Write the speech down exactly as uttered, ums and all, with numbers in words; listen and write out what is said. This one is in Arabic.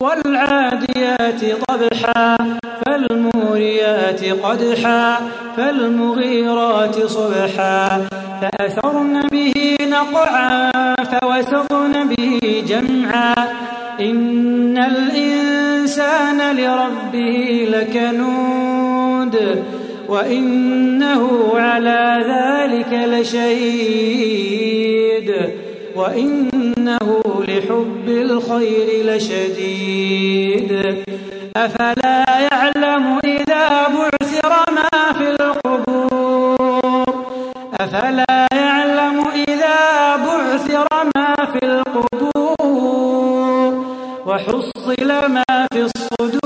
والعاديات ضبحا فالموريات قدحا فالمغيرات صبحا فأثرن به نقعا فوسطن به جمعا إن الإنسان لربه لكنود وإنه على ذلك لشهيد وإنه لحب الخير لشديد أفلا يعلم إذا بعثر ما في القبور أفلا يعلم إذا بعثر ما في القبور وحصل ما في الصدور